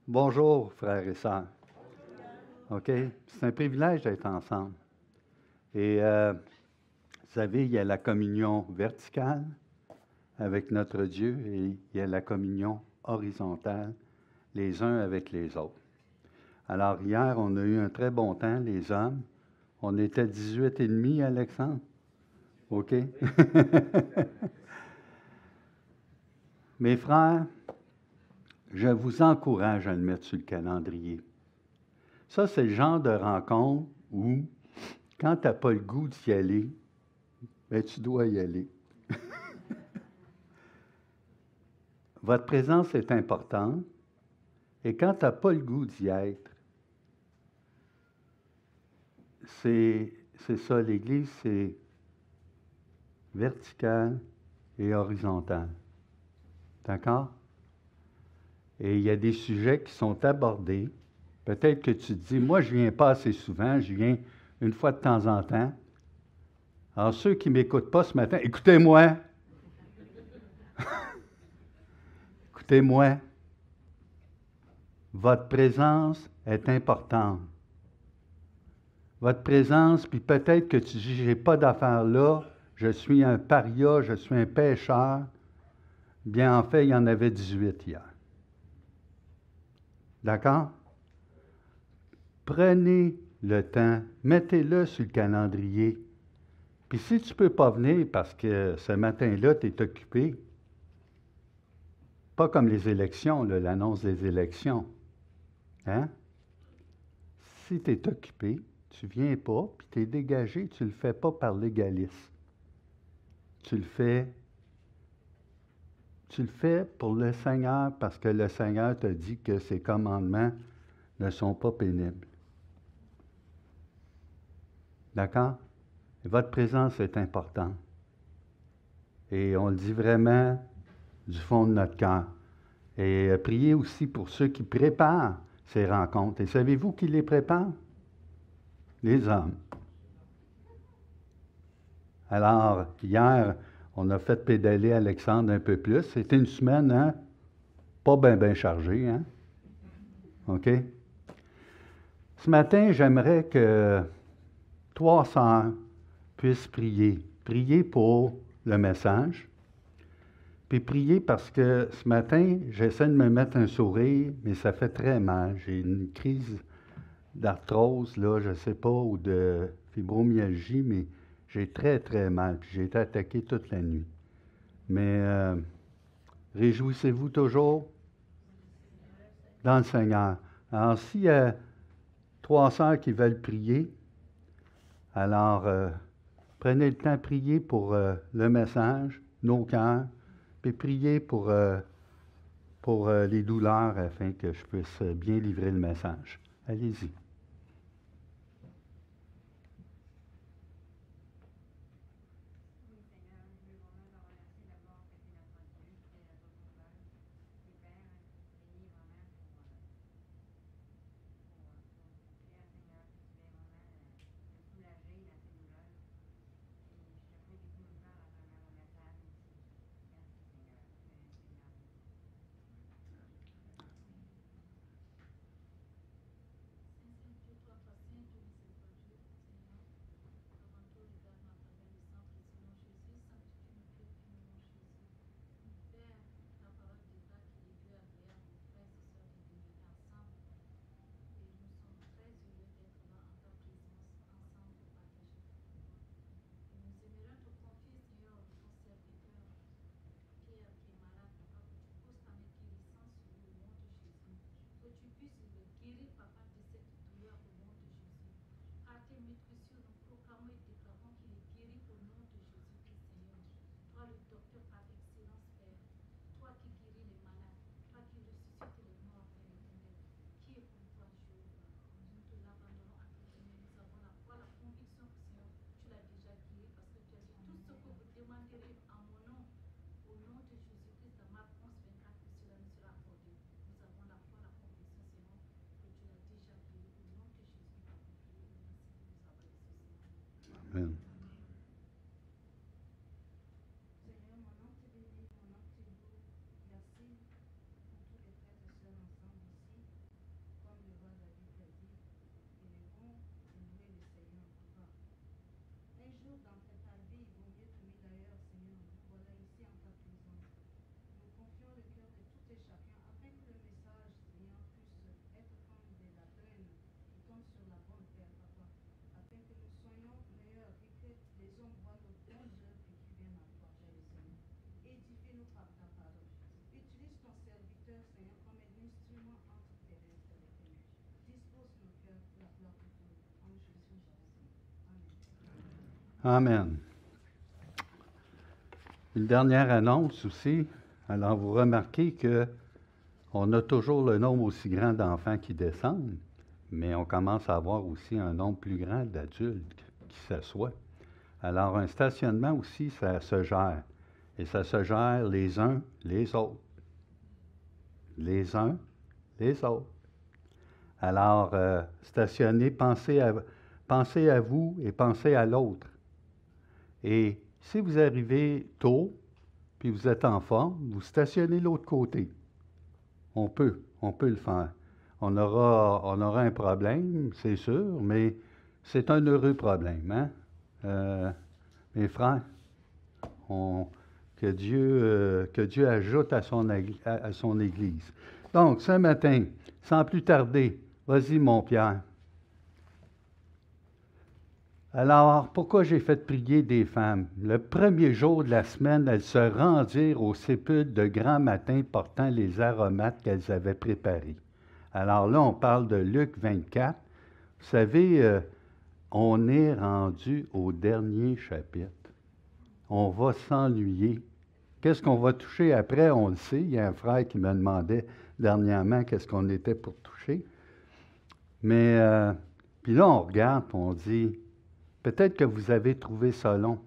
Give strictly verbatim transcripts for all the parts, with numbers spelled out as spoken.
Bonjour, frères et sœurs. OK? C'est un privilège d'être ensemble. Et euh, vous savez, il y a la communion verticale avec notre Dieu et il y a la communion horizontale, les uns avec les autres. Alors, hier, on a eu un très bon temps, les hommes. On était dix-huit et demi, Alexandre? OK? Mes frères, je vous encourage à le mettre sur le calendrier. Ça, c'est le genre de rencontre où, quand tu n'as pas le goût d'y aller, bien, tu dois y aller. Votre présence est importante. Et quand tu n'as pas le goût d'y être, c'est, c'est ça, l'Église, c'est vertical et horizontal. D'accord? Et il y a des sujets qui sont abordés. Peut-être que tu te dis, moi, je ne viens pas assez souvent, je viens une fois de temps en temps. Alors, ceux qui ne m'écoutent pas ce matin, écoutez-moi. Écoutez-moi. Votre présence est importante. Votre présence, puis peut-être que tu dis, je n'ai pas d'affaires là, je suis un paria, je suis un pécheur. Bien, en fait, il y en avait dix-huit hier. D'accord? Prenez le temps, mettez-le sur le calendrier. Puis si tu ne peux pas venir parce que ce matin-là, tu es occupé, pas comme les élections, là, l'annonce des élections. Hein? Si tu es occupé, tu ne viens pas, puis tu es dégagé, tu ne le fais pas par légalisme. Tu le fais Tu le fais pour le Seigneur parce que le Seigneur t'a dit que ses commandements ne sont pas pénibles. D'accord? Et votre présence est importante. Et on le dit vraiment du fond de notre cœur. Et euh, priez aussi pour ceux qui préparent ces rencontres. Et savez-vous qui les prépare? Les hommes. Alors, hier, on a fait pédaler Alexandre un peu plus. C'était une semaine, hein? Pas bien, bien chargée, hein? OK? Ce matin, j'aimerais que trois sœurs puissent prier. Prier pour le message. Puis prier parce que ce matin, j'essaie de me mettre un sourire, mais ça fait très mal. J'ai une crise d'arthrose, là, je ne sais pas, ou de fibromyalgie, mais j'ai très, très mal. Puis j'ai été attaqué toute la nuit. Mais euh, réjouissez-vous toujours dans le Seigneur. Alors, s'il y a trois sœurs qui veulent prier, alors euh, prenez le temps de prier pour euh, le message, nos cœurs, puis priez pour, euh, pour euh, les douleurs afin que je puisse bien livrer le message. Allez-y. Amen. Amen. Une dernière annonce aussi. Alors, vous remarquez qu'on a toujours le nombre aussi grand d'enfants qui descendent, mais on commence à avoir aussi un nombre plus grand d'adultes qui s'assoient. Alors, un stationnement aussi, ça se gère. Et ça se gère les uns les autres. Les uns les autres. Alors, euh, stationnez, pensez à, pensez à vous et pensez à l'autre. Et si vous arrivez tôt, puis vous êtes en forme, vous stationnez de l'autre côté. On peut, on peut le faire. On aura, on aura un problème, c'est sûr, mais c'est un heureux problème, hein? Euh, mes frères, on, que, Dieu, euh, que Dieu ajoute à son, à, à son Église. Donc, ce matin, sans plus tarder, vas-y, mon Pierre. Alors, pourquoi j'ai fait prier des femmes? Le premier jour de la semaine, elles se rendirent au sépulcre de grand matin portant les aromates qu'elles avaient préparés. Alors là, on parle de Luc vingt-quatre. Vous savez, euh, on est rendu au dernier chapitre. On va s'ennuyer. Qu'est-ce qu'on va toucher après? On le sait. Il y a un frère qui me demandait dernièrement qu'est-ce qu'on était pour toucher. Mais, euh, puis là, on regarde et on dit... Peut-être que vous avez trouvé ça long.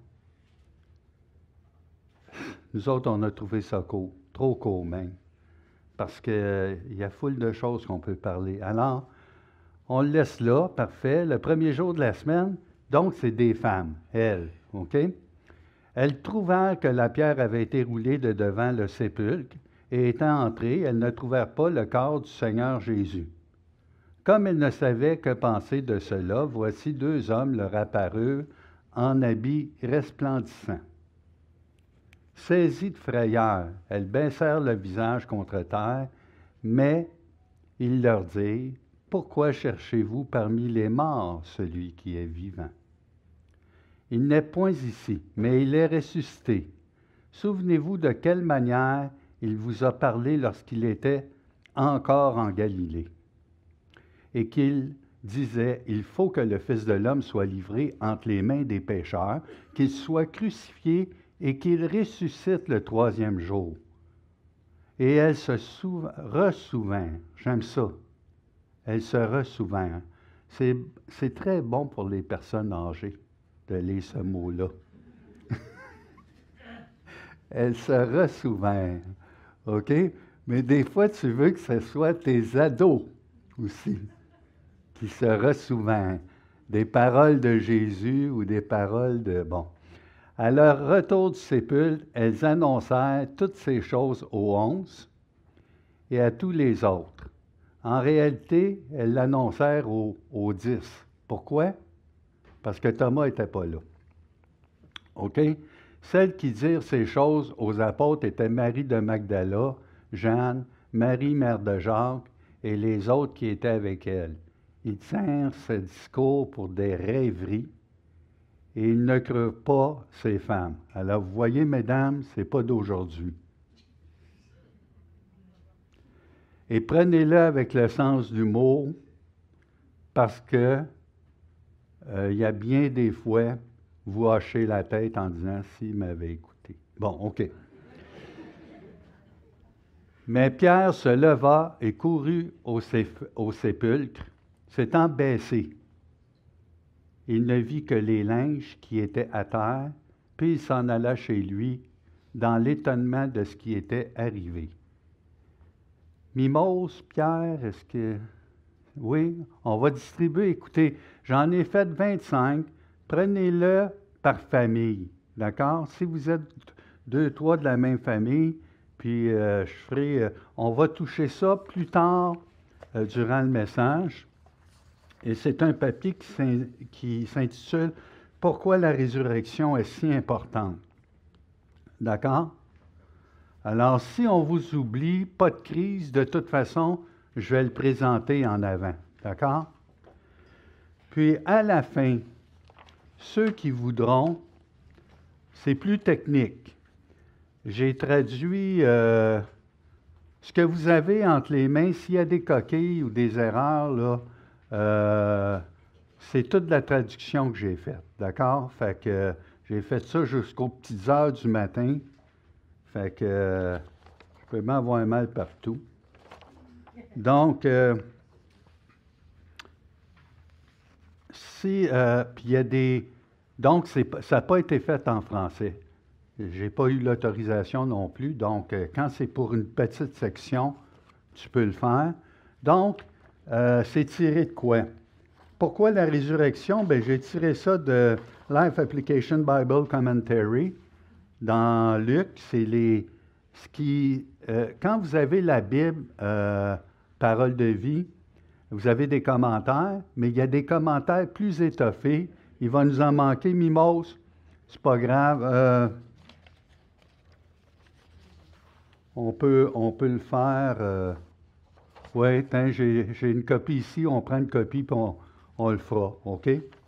Nous autres, on a trouvé ça court, trop court même, parce qu'il euh, y a foule de choses qu'on peut parler. Alors, on le laisse là, parfait. Le premier jour de la semaine, donc c'est des femmes, elles, OK? Elles trouvèrent que la pierre avait été roulée de devant le sépulcre, et étant entrées, elles ne trouvèrent pas le corps du Seigneur Jésus. Comme elles ne savaient que penser de cela, voici deux hommes leur apparurent en habits resplendissants. Saisies de frayeur, elles baissèrent le visage contre terre, mais ils leur dirent, « Pourquoi cherchez-vous parmi les morts celui qui est vivant? Il n'est point ici, mais il est ressuscité. Souvenez-vous de quelle manière il vous a parlé lorsqu'il était encore en Galilée. Et qu'il disait, il faut que le Fils de l'homme soit livré entre les mains des pécheurs, qu'il soit crucifié et qu'il ressuscite le troisième jour. Et elle se ressouvint, j'aime ça, elle se ressouvint. C'est, c'est très bon pour les personnes âgées de lire ce mot-là. Elle se ressouvint, OK? Mais des fois, tu veux que ce soit tes ados aussi qui se ressouvint des paroles de Jésus ou des paroles de... Bon. À leur retour du sépulcre, elles annoncèrent toutes ces choses aux onze et à tous les autres. En réalité, elles l'annoncèrent aux, aux dix. Pourquoi? Parce que Thomas n'était pas là. OK? Celles qui dirent ces choses aux apôtres étaient Marie de Magdala, Jeanne, Marie, mère de Jacques, et les autres qui étaient avec elle. Ils tinrent ce discours pour des rêveries, et ils ne crurent pas ces femmes. Alors, vous voyez, mesdames, ce n'est pas d'aujourd'hui. Et prenez-le avec le sens du mot, parce que euh, il y a bien des fois, vous hachez la tête en disant « s'il m'avait écouté ». Bon, OK. Mais Pierre se leva et courut au, sép- au sépulcre, s'étant baissé. Il ne vit que les linges qui étaient à terre, puis il s'en alla chez lui, dans l'étonnement de ce qui était arrivé. Mimose, Pierre, est-ce que... Oui, on va distribuer. Écoutez, j'en ai fait vingt-cinq. Prenez-le par famille, d'accord? Si vous êtes deux, trois de la même famille, puis euh, je ferai... Euh, on va toucher ça plus tard euh, durant le message. Et c'est un papier qui s'intitule « Pourquoi la résurrection est si importante ». D'accord? Alors, si on vous oublie, pas de crise, de toute façon, je vais le présenter en avant. D'accord? Puis, à la fin, ceux qui voudront, c'est plus technique. J'ai traduit euh, ce que vous avez entre les mains. S'il y a des coquilles ou des erreurs, là, euh, c'est toute la traduction que j'ai faite, d'accord? Fait que euh, j'ai fait ça jusqu'aux petites heures du matin. Fait que euh, je peux m'avoir mal partout. Donc, euh, si, euh, puis il y a des... Donc, c'est, ça n'a pas été fait en français. Je n'ai pas eu l'autorisation non plus. Donc, euh, quand c'est pour une petite section, tu peux le faire. Donc, euh, c'est tiré de quoi? Pourquoi la résurrection? Bien, j'ai tiré ça de Life Application Bible Commentary dans Luc. C'est les... Ce qui, euh, quand vous avez la Bible, euh, Parole de vie, vous avez des commentaires, mais il y a des commentaires plus étoffés. Il va nous en manquer, Mimos. C'est pas grave. Euh, on, peut, on peut le faire. Euh, oui, j'ai, j'ai une copie ici. On prend une copie et on, on le fera. OK?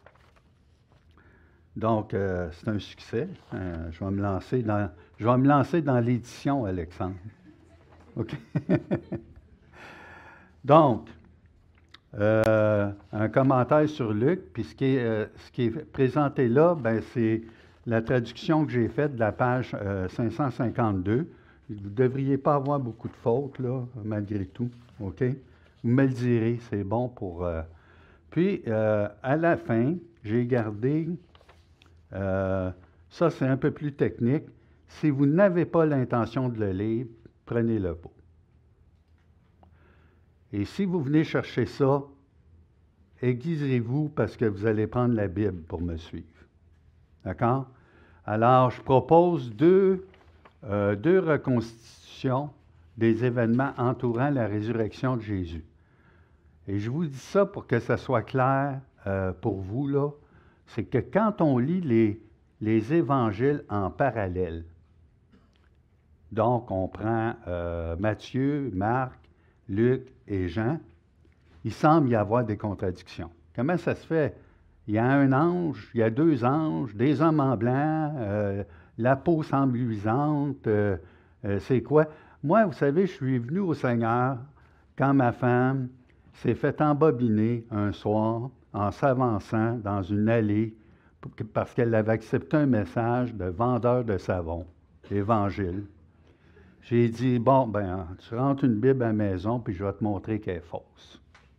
Donc, euh, c'est un succès. Euh, je vais me lancer dans, je vais me lancer dans l'édition, Alexandre. OK? Donc, euh, un commentaire sur Luc, puis ce qui est, euh, ce qui est présenté là, ben, c'est la traduction que j'ai faite de la page euh, cinq cent cinquante-deux. Vous ne devriez pas avoir beaucoup de fautes, là, malgré tout. OK? Vous me le direz, c'est bon pour... Euh... Puis, euh, à la fin, j'ai gardé... Euh, ça, c'est un peu plus technique. Si vous n'avez pas l'intention de le lire, prenez-le pas. Et si vous venez chercher ça, aiguisez-vous parce que vous allez prendre la Bible pour me suivre. D'accord? Alors, je propose deux, euh, deux reconstitutions des événements entourant la résurrection de Jésus. Et je vous dis ça pour que ça soit clair euh, pour vous, là. C'est que quand on lit les, les évangiles en parallèle, donc on prend euh, Matthieu, Marc, Luc et Jean, il semble y avoir des contradictions. Comment ça se fait? Il y a un ange, il y a deux anges, des hommes en blanc, euh, la peau semble luisante, euh, euh, c'est quoi? Moi, vous savez, je suis venu au Seigneur quand ma femme s'est fait embobiner un soir en s'avançant dans une allée parce qu'elle avait accepté un message de vendeur de savon, l'Évangile. J'ai dit, bon, ben, tu rentres une Bible à la maison, puis je vais te montrer qu'elle est fausse.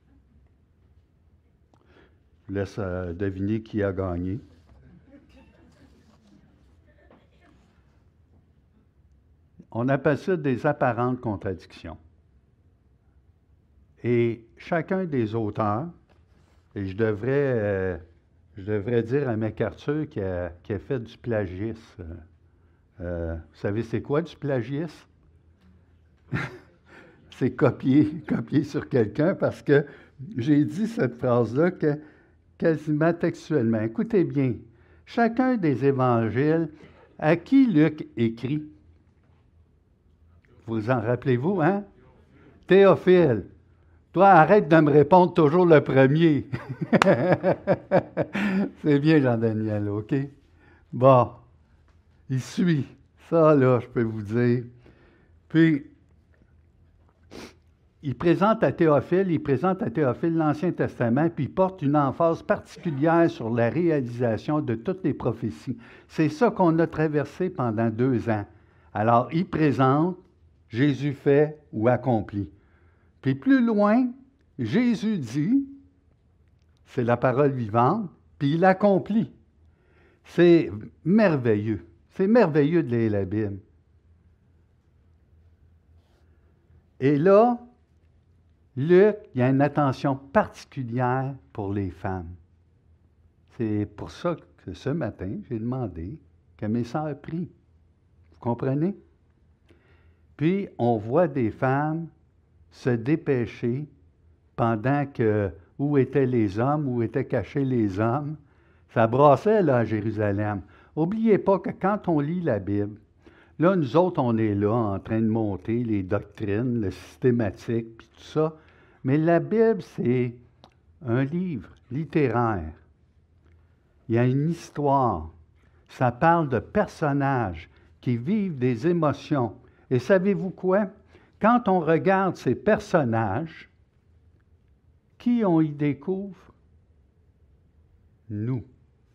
Je laisse euh, deviner qui a gagné. On appelle ça des apparentes contradictions. Et chacun des auteurs, et je devrais, euh, je devrais dire à MacArthur qui a, qui a fait du plagiisme. Euh, vous savez, c'est quoi du plagiisme? C'est copier, copier sur quelqu'un parce que j'ai dit cette phrase-là que, quasiment textuellement. Écoutez bien, chacun des évangiles, à qui Luc écrit? Vous en rappelez-vous, hein? Théophile. Toi, arrête de me répondre toujours le premier. C'est bien, Jean-Daniel, OK? Bon, il suit. Ça, là, je peux vous dire. Puis, il présente à Théophile, il présente à Théophile l'Ancien Testament, puis il porte une emphase particulière sur la réalisation de toutes les prophéties. C'est ça qu'on a traversé pendant deux ans. Alors, il présente Jésus fait ou accompli. Puis plus loin, Jésus dit, c'est la parole vivante, puis il accomplit. C'est merveilleux. C'est merveilleux de lire la Bible. Et là, Luc, il y a une attention particulière pour les femmes. C'est pour ça que ce matin, j'ai demandé que mes sœurs prient. Vous comprenez? Puis, on voit des femmes se dépêcher pendant que, où étaient les hommes, où étaient cachés les hommes. Ça brassait, là, à Jérusalem. N'oubliez pas que quand on lit la Bible, là, nous autres, on est là en train de monter les doctrines, le systématique, puis tout ça. Mais la Bible, c'est un livre littéraire. Il y a une histoire. Ça parle de personnages qui vivent des émotions. Et savez-vous quoi? Quand on regarde ces personnages, qui on y découvre? nous.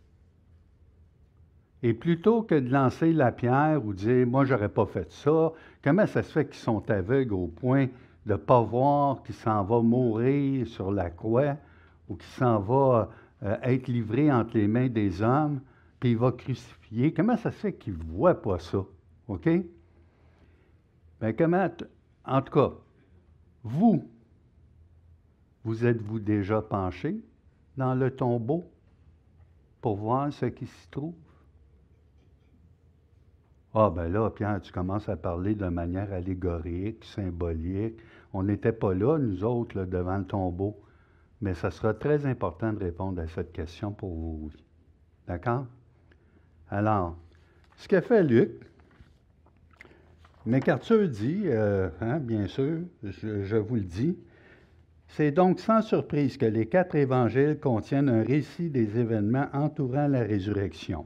Et plutôt que de lancer la pierre ou dire « moi, j'aurais pas fait ça », comment ça se fait qu'ils sont aveugles au point de ne pas voir qu'il s'en va mourir sur la croix ou qu'il s'en va euh, être livré entre les mains des hommes, puis il va crucifier? Comment ça se fait qu'ils ne voient pas ça? OK? Bien, comment... En tout cas, vous, vous êtes-vous déjà penché dans le tombeau pour voir ce qui s'y trouve? Ah, ben là, Pierre, tu commences à parler de manière allégorique, symbolique. On n'était pas là, nous autres, là, devant le tombeau. Mais ça sera très important de répondre à cette question pour vous. D'accord? Alors, ce qu'a fait Luc, MacArthur dit, euh, hein, bien sûr, je, je vous le dis, c'est donc sans surprise que les quatre évangiles contiennent un récit des événements entourant la résurrection.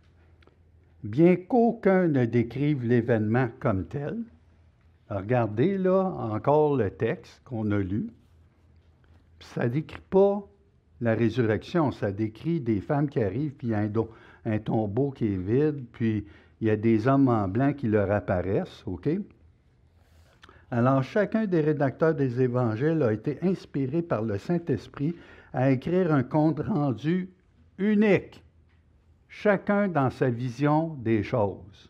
Bien qu'aucun ne décrive l'événement comme tel, regardez là encore le texte qu'on a lu, ça ne décrit pas la résurrection, ça décrit des femmes qui arrivent, puis il y a un, do- un tombeau qui est vide, puis il y a des hommes en blanc qui leur apparaissent, OK? Alors, chacun des rédacteurs des évangiles a été inspiré par le Saint-Esprit à écrire un compte rendu unique, chacun dans sa vision des choses,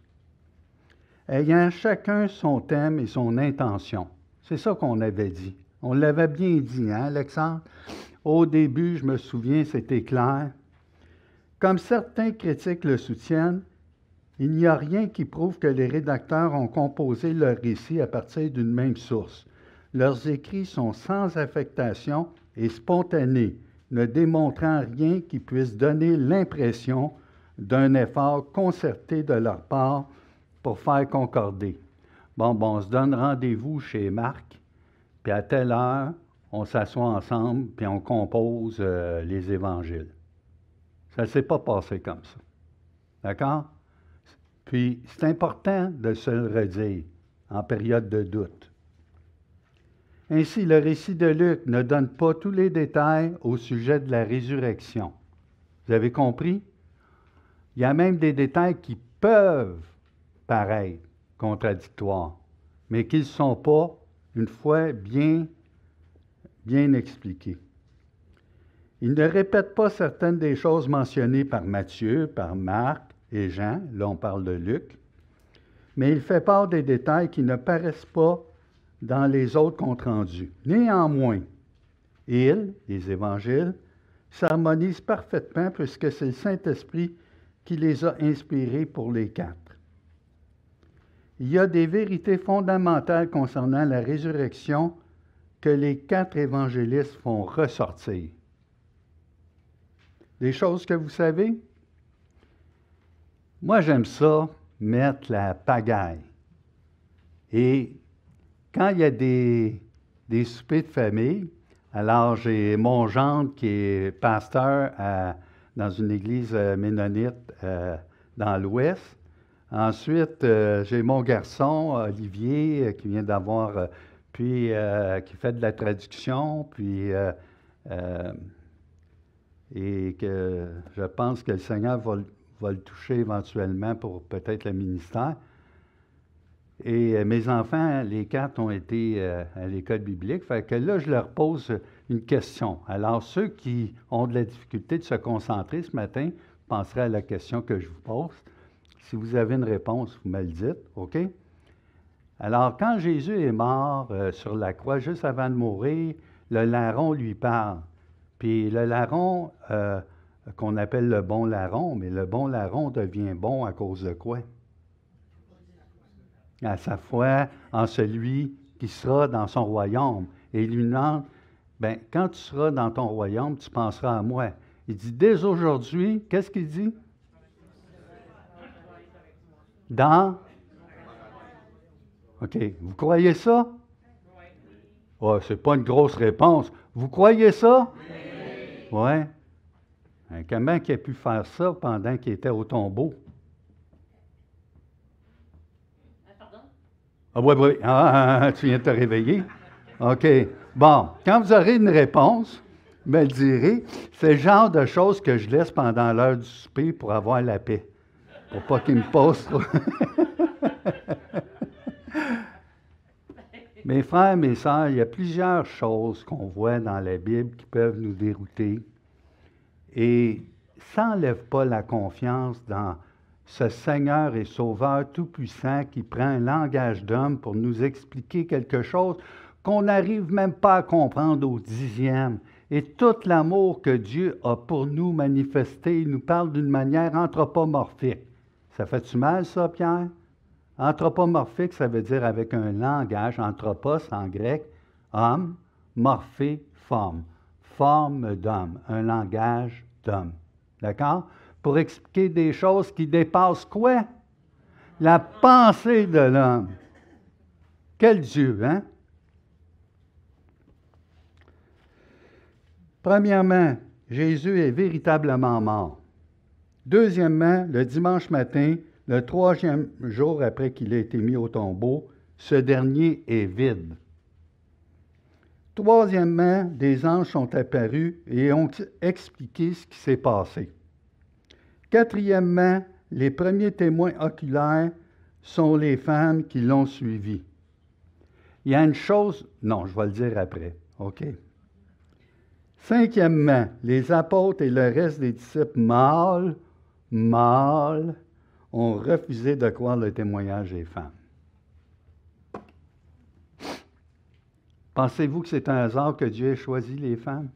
ayant chacun son thème et son intention. C'est ça qu'on avait dit. On l'avait bien dit, hein, Alexandre? Au début, je me souviens, c'était clair. Comme certains critiques le soutiennent, il n'y a rien qui prouve que les rédacteurs ont composé leur récit à partir d'une même source. Leurs écrits sont sans affectation et spontanés, ne démontrant rien qui puisse donner l'impression d'un effort concerté de leur part pour faire concorder. Bon, bon, on se donne rendez-vous chez Marc, puis à telle heure, on s'assoit ensemble, puis on compose euh, les évangiles. Ça ne s'est pas passé comme ça. D'accord? Puis, c'est important de se le redire en période de doute. Ainsi, le récit de Luc ne donne pas tous les détails au sujet de la résurrection. Vous avez compris? Il y a même des détails qui peuvent paraître contradictoires, mais qui ne sont pas, une fois bien, bien expliqués. Il ne répète pas certaines des choses mentionnées par Matthieu, par Marc et Jean, là on parle de Luc, mais il fait part des détails qui ne paraissent pas dans les autres comptes rendus. Néanmoins, ils, les évangiles, s'harmonisent parfaitement puisque c'est le Saint-Esprit qui les a inspirés pour les quatre. Il y a des vérités fondamentales concernant la résurrection que les quatre évangélistes font ressortir. Des choses que vous savez? Moi, j'aime ça, mettre la pagaille. Et quand il y a des, des soupers de famille, alors j'ai mon gendre qui est pasteur à, dans une église ménonite euh, dans l'Ouest. Ensuite, euh, j'ai mon garçon, Olivier, euh, qui vient d'avoir, euh, puis euh, qui fait de la traduction, puis euh, euh, et que je pense que le Seigneur va, va le toucher éventuellement pour peut-être le ministère. Et euh, mes enfants, les quatre, ont été euh, à l'école biblique. Fait que là, je leur pose une question. Alors, ceux qui ont de la difficulté de se concentrer ce matin, penserez à la question que je vous pose. Si vous avez une réponse, vous me le dites, OK? Alors, quand Jésus est mort euh, sur la croix, juste avant de mourir, le larron lui parle. Puis le larron, euh, qu'on appelle le bon larron, mais le bon larron devient bon à cause de quoi? À sa foi en celui qui sera dans son royaume. Et il lui demande, bien, quand tu seras dans ton royaume, tu penseras à moi. Il dit, dès aujourd'hui, qu'est-ce qu'il dit? Dans? OK. Vous croyez ça? Oh, ce n'est pas une grosse réponse. Vous croyez ça? Oui. Ouais. Comment il a pu faire ça pendant qu'il était au tombeau? Ah oui, oui. Ah, tu viens de te réveiller? OK. Bon, quand vous aurez une réponse, me le direz. C'est le genre de choses que je laisse pendant l'heure du souper pour avoir la paix. Pour pas qu'il me pose trop. Mes frères, mes sœurs, il y a plusieurs choses qu'on voit dans la Bible qui peuvent nous dérouter. Et ça n'enlève pas la confiance dans ce Seigneur et Sauveur tout-puissant qui prend un langage d'homme pour nous expliquer quelque chose qu'on n'arrive même pas à comprendre au dixième. Et tout l'amour que Dieu a pour nous manifesté, il nous parle d'une manière anthropomorphique. Ça fait-tu mal, ça, Pierre? Anthropomorphique, ça veut dire avec un langage, anthropos en grec, homme, morphé, forme. Forme d'homme, un langage d'homme. D'accord? Pour expliquer des choses qui dépassent quoi? La pensée de l'homme. Quel Dieu, hein? Premièrement, Jésus est véritablement mort. Deuxièmement, le dimanche matin, le troisième jour après qu'il ait été mis au tombeau, ce dernier est vide. Troisièmement, des anges sont apparus et ont expliqué ce qui s'est passé. Quatrièmement, les premiers témoins oculaires sont les femmes qui l'ont suivi. Il y a une chose, non, je vais le dire après, OK. Cinquièmement, les apôtres et le reste des disciples mâles, mâles, ont refusé de croire le témoignage des femmes. Pensez-vous que c'est un hasard que Dieu ait choisi les femmes?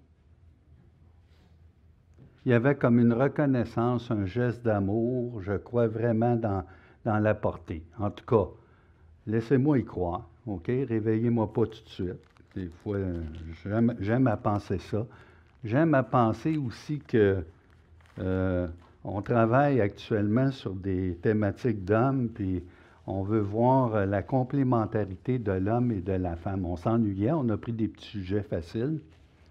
Il y avait comme une reconnaissance, un geste d'amour, je crois vraiment dans, dans la portée. En tout cas, laissez-moi y croire, OK? Réveillez-moi pas tout de suite. Des fois, j'aime, j'aime à penser ça. J'aime à penser aussi que euh, on travaille actuellement sur des thématiques d'hommes, puis on veut voir la complémentarité de l'homme et de la femme. On s'ennuyait, on a pris des petits sujets faciles.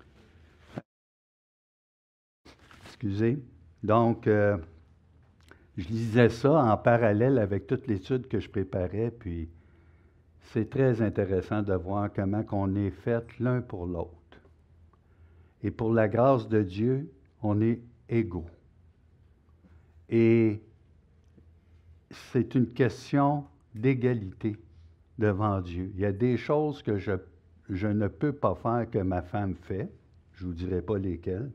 Excusez. Donc, euh, je lisais ça en parallèle avec toute l'étude que je préparais, puis c'est très intéressant de voir comment on est fait l'un pour l'autre. Et pour la grâce de Dieu, on est égaux. Et c'est une question d'égalité devant Dieu. Il y a des choses que je, je ne peux pas faire que ma femme fait. Je ne vous dirai pas lesquelles.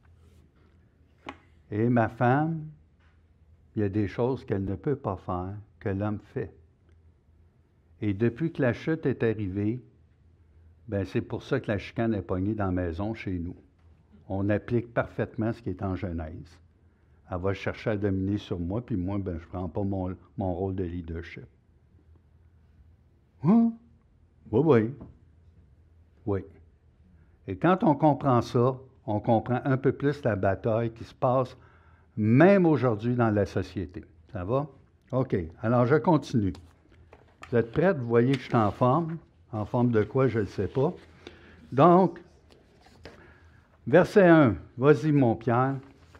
Et ma femme, il y a des choses qu'elle ne peut pas faire que l'homme fait. Et depuis que la chute est arrivée, ben c'est pour ça que la chicane est pognée dans la maison chez nous. On applique parfaitement ce qui est en Genèse. Elle va chercher à dominer sur moi, puis moi, ben, je ne prends pas mon, mon rôle de leadership. Hein? Oui, oui. Oui. Et quand on comprend ça, on comprend un peu plus la bataille qui se passe même aujourd'hui dans la société. Ça va? OK. Alors, je continue. Vous êtes prêts? Vous voyez que je suis en forme. En forme de quoi, je ne le sais pas. Donc, verset un. Vas-y, mon Pierre.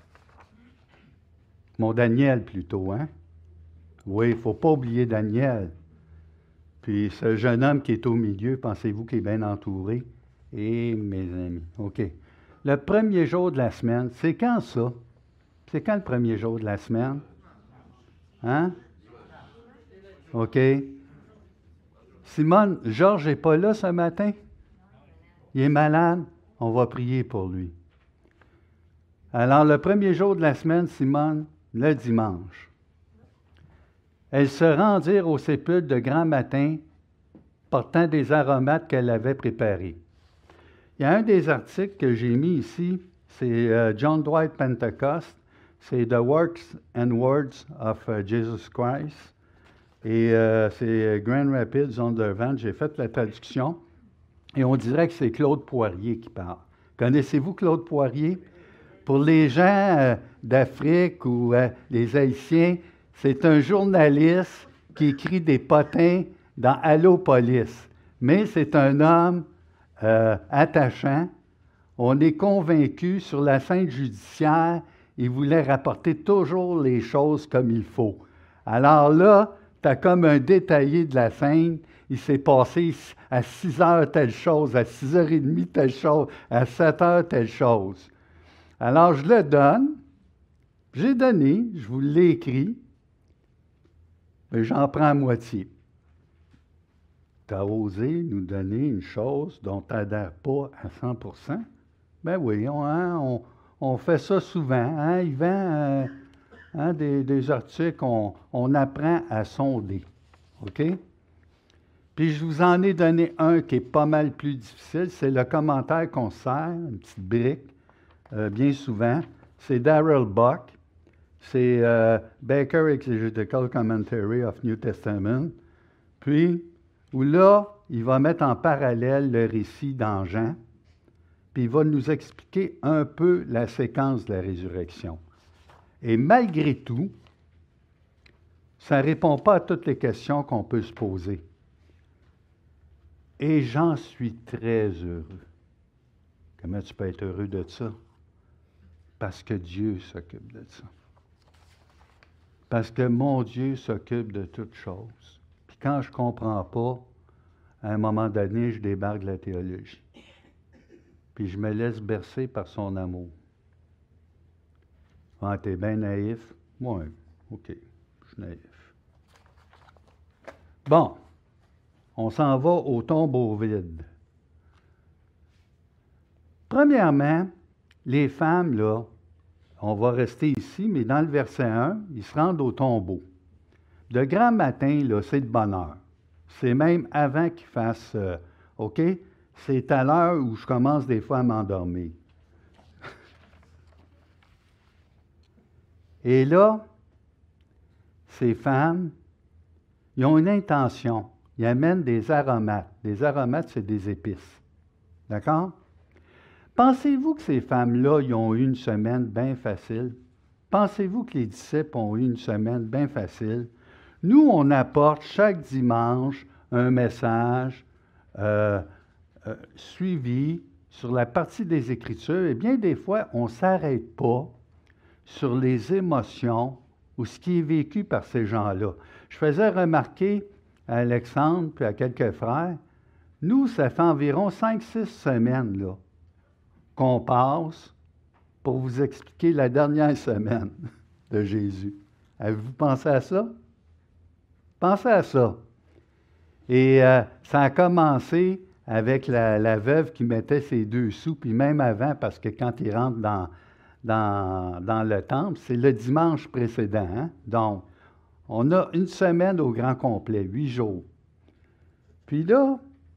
Mon Daniel, plutôt, hein? Oui, il ne faut pas oublier Daniel. Puis ce jeune homme qui est au milieu, pensez-vous qu'il est bien entouré? Et mes amis, OK. Le premier jour de la semaine, c'est quand ça? C'est quand le premier jour de la semaine? Hein? OK. Simone, Georges n'est pas là ce matin? Il est malade? On va prier pour lui. Alors, le premier jour de la semaine, Simone, le dimanche. Elles se rendirent au sépulcre de grand matin, portant des aromates qu'elle avait préparés. Il y a un des articles que j'ai mis ici, c'est euh, John Dwight Pentecost, c'est The Works and Words of uh, Jesus Christ, et euh, c'est Grand Rapids Undervent. J'ai fait la traduction, et on dirait que c'est Claude Poirier qui parle. Connaissez-vous Claude Poirier? Pour les gens euh, d'Afrique ou euh, les Haïtiens, c'est un journaliste qui écrit des potins dans Allo Police. Mais c'est un homme euh, attachant. On est convaincu sur la scène judiciaire, il voulait rapporter toujours les choses comme il faut. Alors là, tu as comme un détaillé de la scène. il s'est passé à six heures telle chose, à six heures trente telle chose, à sept heures telle chose. Alors, je le donne. J'ai donné, je vous l'ai écrit, mais j'en prends à moitié. Tu as osé nous donner une chose dont tu n'adhères pas à cent pour cent? Ben oui, on, hein, on, on fait ça souvent. Hein, Yvan, euh, hein, des, des articles, on, on apprend à sonder. OK? Puis je vous en ai donné un qui est pas mal plus difficile. C'est le commentaire qu'on sert, une petite brique, euh, bien souvent. C'est Darrell Buck. C'est euh, Baker Exegetical Commentary of New Testament. Puis, où là, il va mettre en parallèle le récit dans Jean, puis il va nous expliquer un peu la séquence de la résurrection. Et malgré tout, ça ne répond pas à toutes les questions qu'on peut se poser. Et j'en suis très heureux. Comment tu peux être heureux de ça? Parce que Dieu s'occupe de ça. Parce que mon Dieu s'occupe de toutes choses. Puis quand je ne comprends pas, à un moment donné, je débarque de la théologie. Puis je me laisse bercer par son amour. Ah, t'es bien naïf? Oui, OK, je suis naïf. Bon, on s'en va au tombeau vide. Premièrement, les femmes, là, on va rester ici, mais dans le verset un, ils se rendent au tombeau. De grand matin, là, c'est de bonne heure. C'est même avant qu'il fasse, euh, OK? C'est à l'heure où je commence des fois à m'endormir. Et là, ces femmes, ils ont une intention. Ils amènent des aromates. Des aromates, c'est des épices. D'accord? Pensez-vous que ces femmes-là, ils ont eu une semaine bien facile? Pensez-vous que les disciples ont eu une semaine bien facile? Nous, on apporte chaque dimanche un message euh, euh, suivi sur la partie des Écritures. Et bien des fois, on ne s'arrête pas sur les émotions ou ce qui est vécu par ces gens-là. Je faisais remarquer à Alexandre puis à quelques frères, nous, ça fait environ cinq six semaines là, qu'on passe pour vous expliquer la dernière semaine de Jésus. Avez-vous pensé à ça? Pensez à ça. Et euh, ça a commencé avec la, la veuve qui mettait ses deux sous, puis même avant, parce que quand il rentre dans, dans, dans le temple, c'est le dimanche précédent. Hein? Donc, on a une semaine au grand complet, huit jours. Puis là,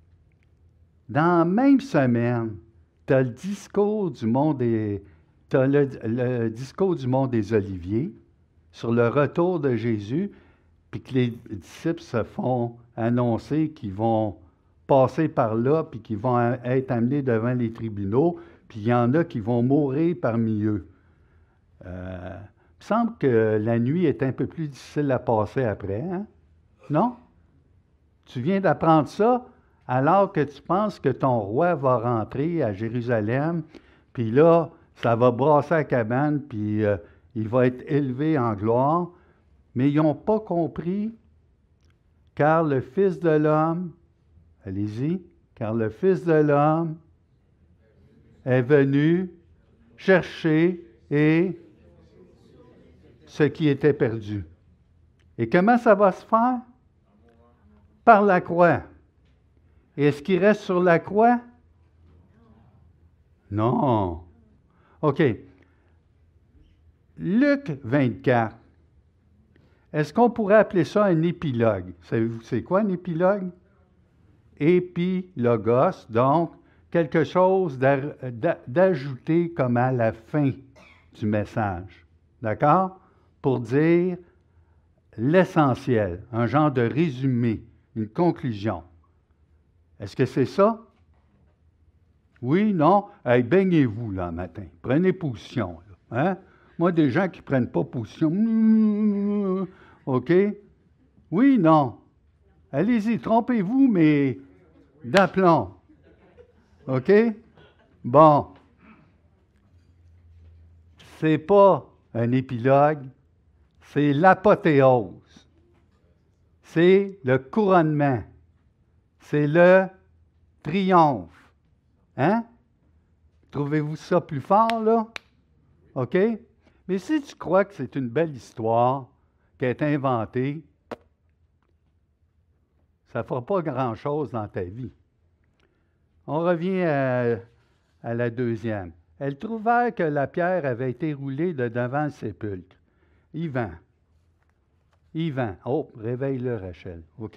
dans la même semaine, tu as le discours du mont des, t'as le, le discours du mont des Oliviers sur le retour de Jésus, puis que les disciples se font annoncer qu'ils vont passer par là, puis qu'ils vont être amenés devant les tribunaux, puis il y en a qui vont mourir parmi eux. Euh, il me semble que la nuit est un peu plus difficile à passer après, hein? Non? Tu viens d'apprendre ça alors que tu penses que ton roi va rentrer à Jérusalem, puis là, ça va brasser la cabane, puis euh, il va être élevé en gloire. Mais ils n'ont pas compris, car le Fils de l'homme, allez-y, car le Fils de l'homme est venu chercher et ce qui était perdu. Et comment ça va se faire? Par la croix. Et est-ce qu'il reste sur la croix? Non. OK. Luc vingt-quatre. Est-ce qu'on pourrait appeler ça un épilogue? Savez-vous c'est quoi un épilogue? Épilogos, donc quelque chose d'ajouter comme à la fin du message. D'accord? Pour dire l'essentiel, un genre de résumé, une conclusion. Est-ce que c'est ça? Oui, non? Hey, baignez-vous là matin. Prenez position. Là. Hein? Moi, des gens qui ne prennent pas position. OK? Oui, non. Allez-y, trompez-vous, mais d'aplomb. OK? Bon. C'est pas un épilogue, c'est l'apothéose. C'est le couronnement. C'est le triomphe. Hein? Trouvez-vous ça plus fort, là? OK? Mais si tu crois que c'est une belle histoire qui est inventée, ça ne fera pas grand-chose dans ta vie. On revient à, à la deuxième. Elle trouva que la pierre avait été roulée de devant le sépulcre. Yvan. Yvan. Oh, réveille-le, Rachel. OK.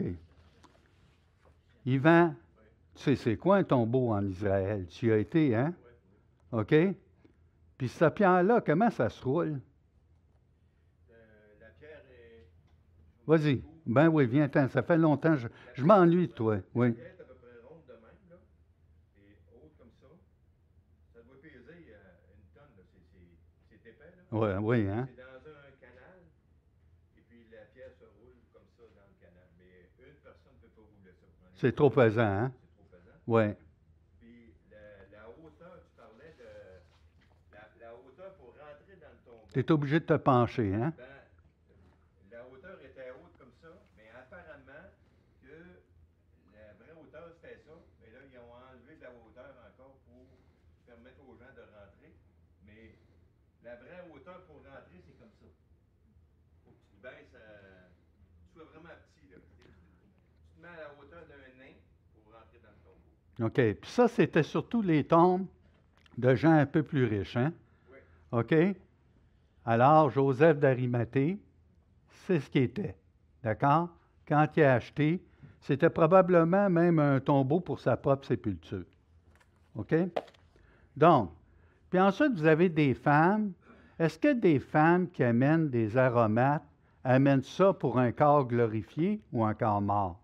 Yvan, tu sais, c'est quoi un tombeau en Israël? Tu y as été, hein? OK? Puis cette pierre-là, comment ça se roule? Euh, la pierre est. Vas-y. Ben oui, viens-t'en. Ça fait longtemps. Je, je m'ennuie de toi. Oui. La pierre est à peu près ronde de même, là. Et haute comme ça. Ça doit peser euh, une tonne, là. C'est, c'est, c'est épais, là. Oui, oui, hein? C'est dans un canal. Et puis la pierre se roule comme ça dans le canal. Mais une personne ne peut pas rouler ça. C'est trop pesant, hein? C'est trop pesant. Oui. Puis la, la hauteur, tu parlais de. La, la hauteur pour rentrer dans le tombeau. Tu es obligé de te pencher, hein? Ben, la hauteur était haute comme ça, mais apparemment que la vraie hauteur c'était ça. Mais là, ils ont enlevé de la hauteur encore pour permettre aux gens de rentrer. Mais la vraie hauteur pour rentrer, c'est comme ça. Faut que tu te baisses à. Tu sois vraiment petit, là. Tu te mets à la hauteur d'un nain pour rentrer dans le tombeau. OK. Puis ça, c'était surtout les tombes de gens un peu plus riches, hein? Oui. OK? Alors, Joseph d'Arimathée, c'est ce qui était. D'accord? Quand il a acheté, c'était probablement même un tombeau pour sa propre sépulture. OK? Donc, puis ensuite, vous avez des femmes. Est-ce que des femmes qui amènent des aromates amènent ça pour un corps glorifié ou un corps mort?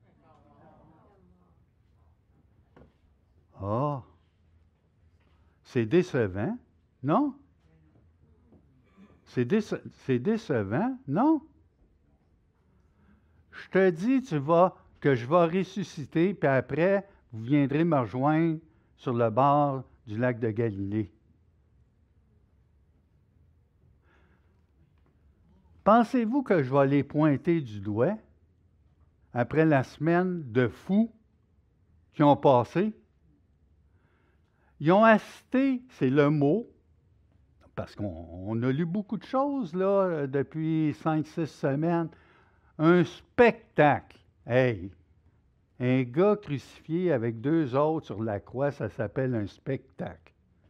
Ah! C'est décevant, non? C'est, déce- c'est décevant, non? Je te dis, tu vas, que je vais ressusciter, puis après, vous viendrez me rejoindre sur le bord du lac de Galilée. Pensez-vous que je vais les pointer du doigt après la semaine de fous qui ont passé? Ils ont assisté, c'est le mot, parce qu'on on a lu beaucoup de choses là, depuis cinq, six semaines, un spectacle. Hey! Un gars crucifié avec deux autres sur la croix, ça s'appelle un spectacle.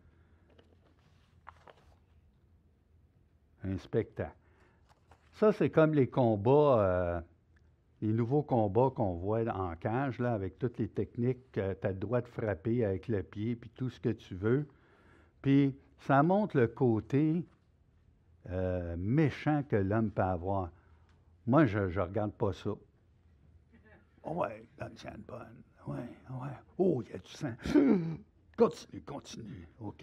Un spectacle. Ça, c'est comme les combats, euh, les nouveaux combats qu'on voit en cage, là, avec toutes les techniques que tu as le droit de frapper avec le pied, puis tout ce que tu veux. Puis, ça montre le côté euh, méchant que l'homme peut avoir. Moi, je ne regarde pas ça. Ouais, la tienne bonne. Ouais, ouais. Oh, il y a du sang. Continue, continue. OK.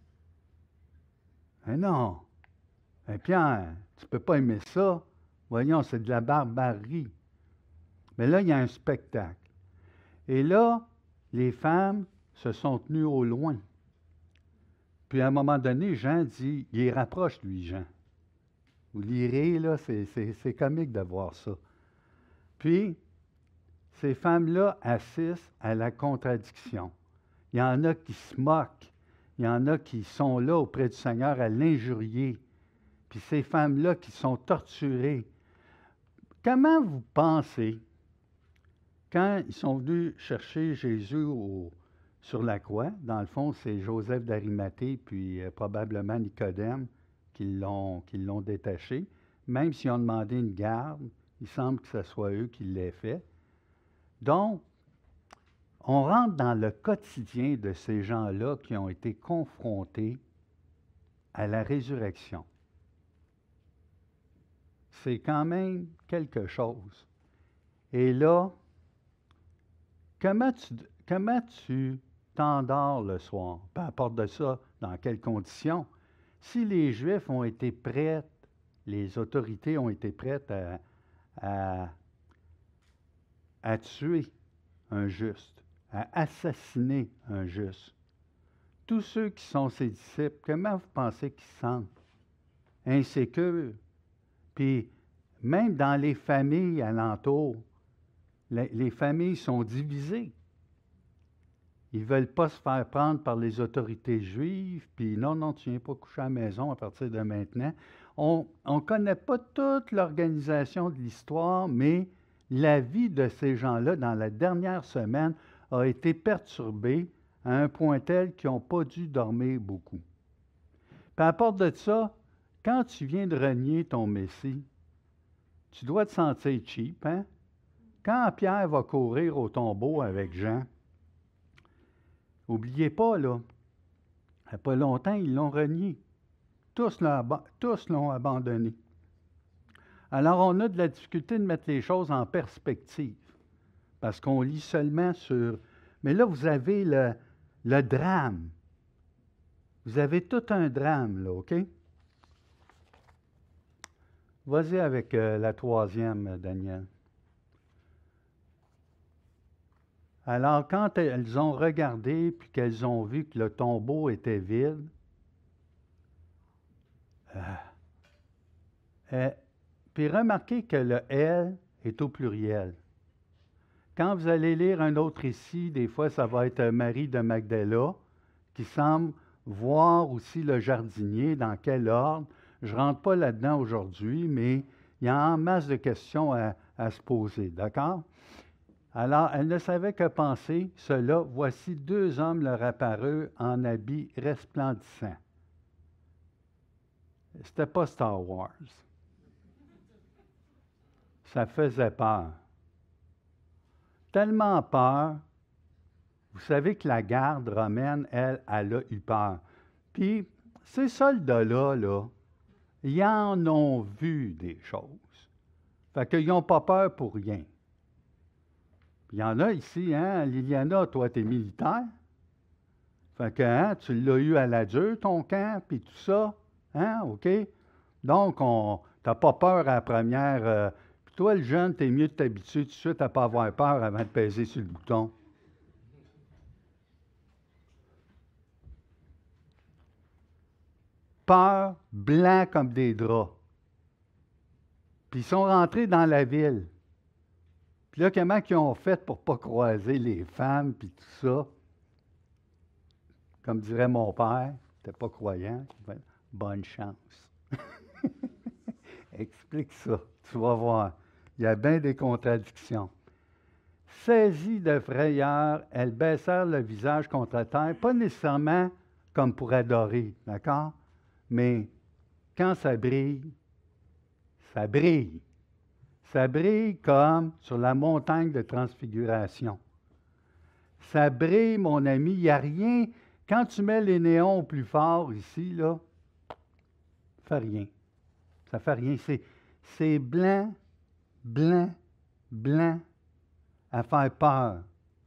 Mais non. Mais Pierre, tu ne peux pas aimer ça. Voyons, c'est de la barbarie. Mais là, il y a un spectacle. Et là, les femmes se sont tenues au loin. Puis à un moment donné, Jean dit, il est rapproche, lui, Jean. Vous lirez, là, c'est, c'est, c'est comique de voir ça. Puis, ces femmes-là assistent à la contradiction. Il y en a qui se moquent. Il y en a qui sont là auprès du Seigneur à l'injurier. Puis ces femmes-là qui sont torturées. Comment vous pensez, quand ils sont venus chercher Jésus au, sur la croix, dans le fond, c'est Joseph d'Arimathée, puis euh, probablement Nicodème qui l'ont, qui l'ont détaché, même s'ils ont demandé une garde, il semble que ce soit eux qui l'aient fait. Donc, on rentre dans le quotidien de ces gens-là qui ont été confrontés à la résurrection. C'est quand même quelque chose. Et là, comment tu, comment tu t'endors le soir? Peu importe de ça, dans quelles conditions. Si les Juifs ont été prêts, les autorités ont été prêtes à, à, à tuer un juste, à assassiner un juste. Tous ceux qui sont ses disciples, comment vous pensez qu'ils se sentent? Insécures. Puis, même dans les familles alentours, les, les familles sont divisées. Ils ne veulent pas se faire prendre par les autorités juives, puis non, non, tu ne viens pas coucher à la maison à partir de maintenant. On ne connaît pas toute l'organisation de l'histoire, mais la vie de ces gens-là, dans la dernière semaine, a été perturbée à un point tel qu'ils n'ont pas dû dormir beaucoup. Puis à part de ça, quand tu viens de renier ton Messie, tu dois te sentir cheap, hein? Quand Pierre va courir au tombeau avec Jean, n'oubliez pas, là, il n'y a pas longtemps, ils l'ont renié. Tous l'ont, ab- tous l'ont abandonné. Alors, on a de la difficulté de mettre les choses en perspective, parce qu'on lit seulement sur... Mais là, vous avez le, le drame. Vous avez tout un drame, là, OK? Vas-y avec euh, la troisième, Daniel. Alors, quand elles ont regardé, puis qu'elles ont vu que le tombeau était vide, euh, euh, puis remarquez que le « elle » est au pluriel. Quand vous allez lire un autre ici, des fois, ça va être Marie de Magdala, qui semble voir aussi le jardinier, dans quel ordre. Je ne rentre pas là-dedans aujourd'hui, mais il y a en masse de questions à, à se poser, d'accord? Alors, elle ne savait que penser, cela, voici deux hommes leur apparurent en habits resplendissants. C'était pas Star Wars. Ça faisait peur. Tellement peur, vous savez que la garde romaine, elle, elle a eu peur. Puis, ces soldats-là, là, ils en ont vu des choses. Fait qu'ils n'ont pas peur pour rien. Il y en a ici, hein, Liliana, toi, tu es militaire. Fait que, hein, tu l'as eu à la dure, ton camp, puis tout ça. Hein, OK? Donc, on, t'as pas peur à la première. Euh, puis toi, le jeune, tu es mieux de t'habituer tout de suite à ne pas avoir peur avant de peser sur le bouton. Peur, blanc comme des draps. Puis ils sont rentrés dans la ville. Puis là, comment ils ont fait pour ne pas croiser les femmes, puis tout ça? Comme dirait mon père, tu n'es pas croyant, bonne chance. Explique ça, tu vas voir. Il y a bien des contradictions. Saisie de frayeur, elles baissèrent le visage contre terre, pas nécessairement comme pour adorer, d'accord? Mais quand ça brille, ça brille. Ça brille comme sur la montagne de transfiguration. Ça brille, mon ami, il n'y a rien. Quand tu mets les néons au plus fort ici, là, ça ne fait rien. Ça ne fait rien. C'est, c'est blanc, blanc, blanc, à faire peur.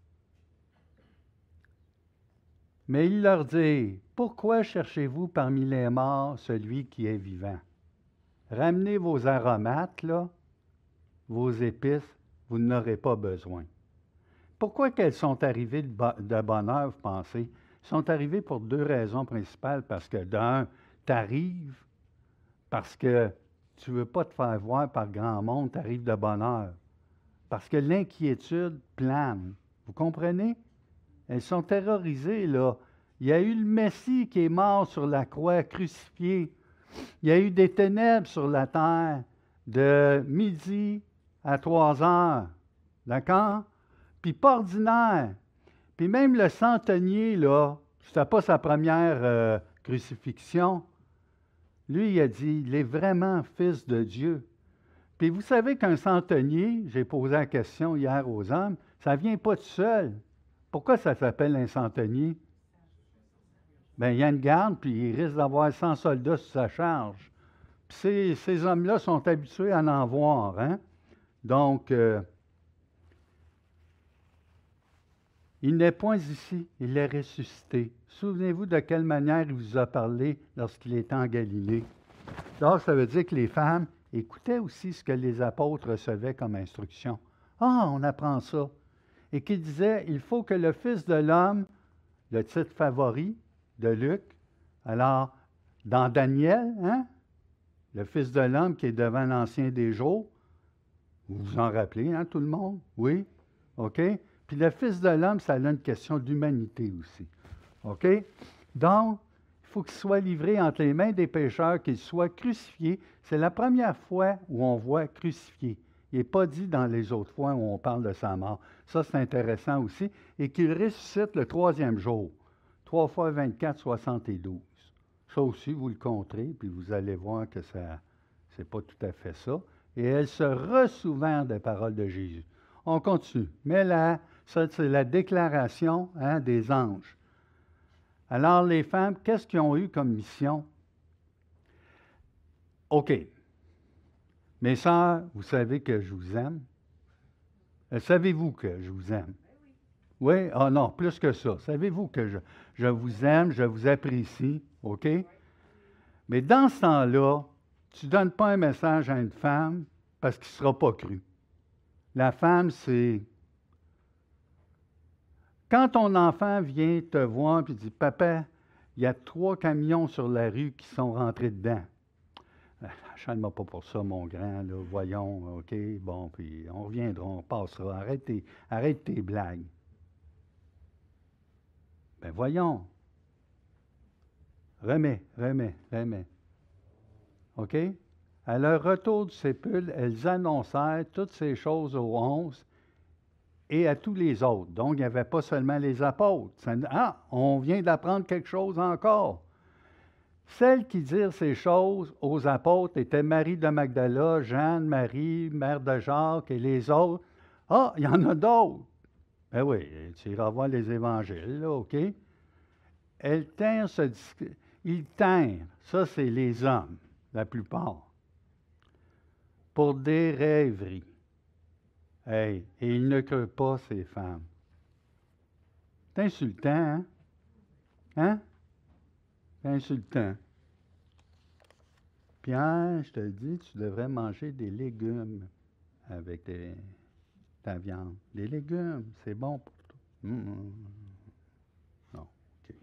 Mais il leur dit, pourquoi cherchez-vous parmi les morts celui qui est vivant? Ramenez vos aromates, là, vos épices, vous n'aurez pas besoin. Pourquoi qu'elles sont arrivées de bonne heure, vous pensez? Elles sont arrivées pour deux raisons principales. Parce que, d'un, tu arrives, parce que tu ne veux pas te faire voir par grand monde, tu arrives de bonne heure. Parce que l'inquiétude plane. Vous comprenez? Elles sont terrorisées, là. Il y a eu le Messie qui est mort sur la croix, crucifié. Il y a eu des ténèbres sur la terre de midi à trois heures. D'accord? Puis pas ordinaire. Puis même le centenier, là, c'était pas sa première euh, crucifixion. Lui, il a dit, il est vraiment fils de Dieu. Puis vous savez qu'un centenier, j'ai posé la question hier aux hommes, ça ne vient pas tout seul. Pourquoi ça s'appelle un centenier? Bien, il y a une garde, puis il risque d'avoir cent soldats sur sa charge. Puis ces, ces hommes-là sont habitués à en voir, hein? Donc, euh, il n'est point ici, il est ressuscité. Souvenez-vous de quelle manière il vous a parlé lorsqu'il était en Galilée. Donc, ça veut dire que les femmes écoutaient aussi ce que les apôtres recevaient comme instruction. Ah, on apprend ça. Et qu'il disait, il faut que le Fils de l'homme, le titre favori de Luc, alors, dans Daniel, hein, le Fils de l'homme qui est devant l'Ancien des jours, Vous vous en rappelez, hein, tout le monde? Oui? OK? Puis le Fils de l'homme, ça a une question d'humanité aussi. OK? Donc, il faut qu'il soit livré entre les mains des pécheurs, qu'il soit crucifié. C'est la première fois où on voit crucifié. Il n'est pas dit dans les autres fois où on parle de sa mort. Ça, c'est intéressant aussi. Et qu'il ressuscite le troisième jour. trois fois vingt-quatre, soixante-douze. Ça aussi, vous le compterez, puis vous allez voir que ça, c'est pas tout à fait ça. Et elle se ressouvient des paroles de Jésus. On continue. Mais là, ça, c'est la déclaration, hein, des anges. Alors, les femmes, qu'est-ce qu'ils ont eu comme mission? OK. Mes sœurs, vous savez que je vous aime. Euh, Savez-vous que je vous aime? Oui? Ah non, plus que ça. Savez-vous que je, je vous aime, je vous apprécie, OK? Mais dans ce temps-là, tu ne donnes pas un message à une femme parce qu'il ne sera pas cru. La femme, c'est... Quand ton enfant vient te voir et dit « Papa, il y a trois camions sur la rue qui sont rentrés dedans. » Achète-moi pas pour ça, mon grand, là. Voyons, OK, bon, puis on reviendra, on passera. Arrête tes, arrête tes blagues. Ben voyons. Remets, remets, remets. OK? À leur retour du sépulcre, elles annoncèrent toutes ces choses aux onze et à tous les autres. Donc, il n'y avait pas seulement les apôtres. Ça, ah, on vient d'apprendre quelque chose encore. Celles qui dirent ces choses aux apôtres étaient Marie de Magdala, Jeanne, Marie, mère de Jacques et les autres. Ah, il y en a d'autres. Ben oui, tu iras voir les évangiles, là, OK? Elles tinrent ce discours. Ils tinrent, ça c'est les hommes, la plupart, pour des rêveries. Hey, et ils ne crurent pas ces femmes. C'est insultant, hein? Hein? C'est insultant. Pierre, je te dis, tu devrais manger des légumes avec tes, ta viande. Des légumes, c'est bon pour toi. Mmh. Non, OK.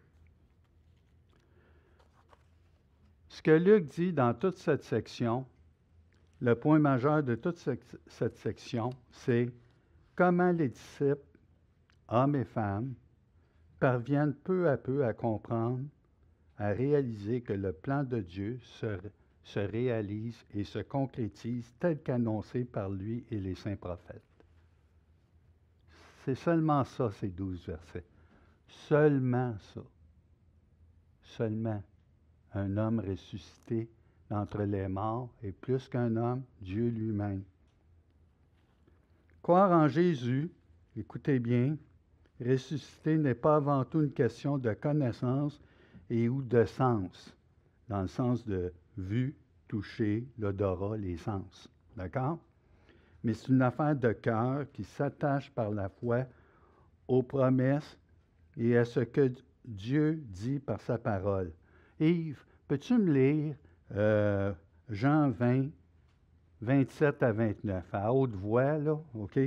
Ce que Luc dit dans toute cette section, le point majeur de toute cette section, c'est comment les disciples, hommes et femmes, parviennent peu à peu à comprendre, à réaliser que le plan de Dieu se, se réalise et se concrétise tel qu'annoncé par lui et les saints prophètes. C'est seulement ça, ces douze versets. Seulement ça. Seulement un homme ressuscité d'entre les morts est plus qu'un homme, Dieu lui-même. Croire en Jésus, écoutez bien, ressusciter n'est pas avant tout une question de connaissance et ou de sens, dans le sens de vue, toucher, l'odorat, les sens. D'accord? Mais c'est une affaire de cœur qui s'attache par la foi aux promesses et à ce que Dieu dit par sa parole. Yves, peux-tu me lire euh, Jean vingt, vingt-sept à vingt-neuf, à haute voix, là, OK?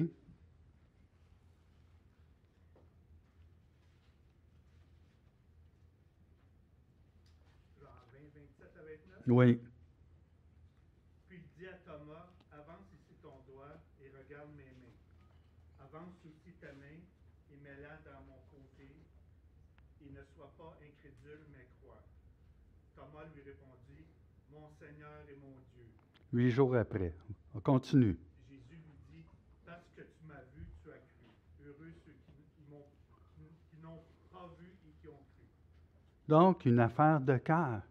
Oui. Puis il dit à Thomas, avance ici ton doigt et regarde mes mains. Avance aussi ta main et mets-la dans mon côté. Et ne sois pas incrédule, mais crois. Thomas lui répondit, mon Seigneur et mon Dieu. Huit jours après. On continue. Jésus lui dit, parce que tu m'as vu, tu as cru. Heureux ceux qui, qui, m'ont, qui, qui n'ont pas vu et qui ont cru. Donc, une affaire de cœur.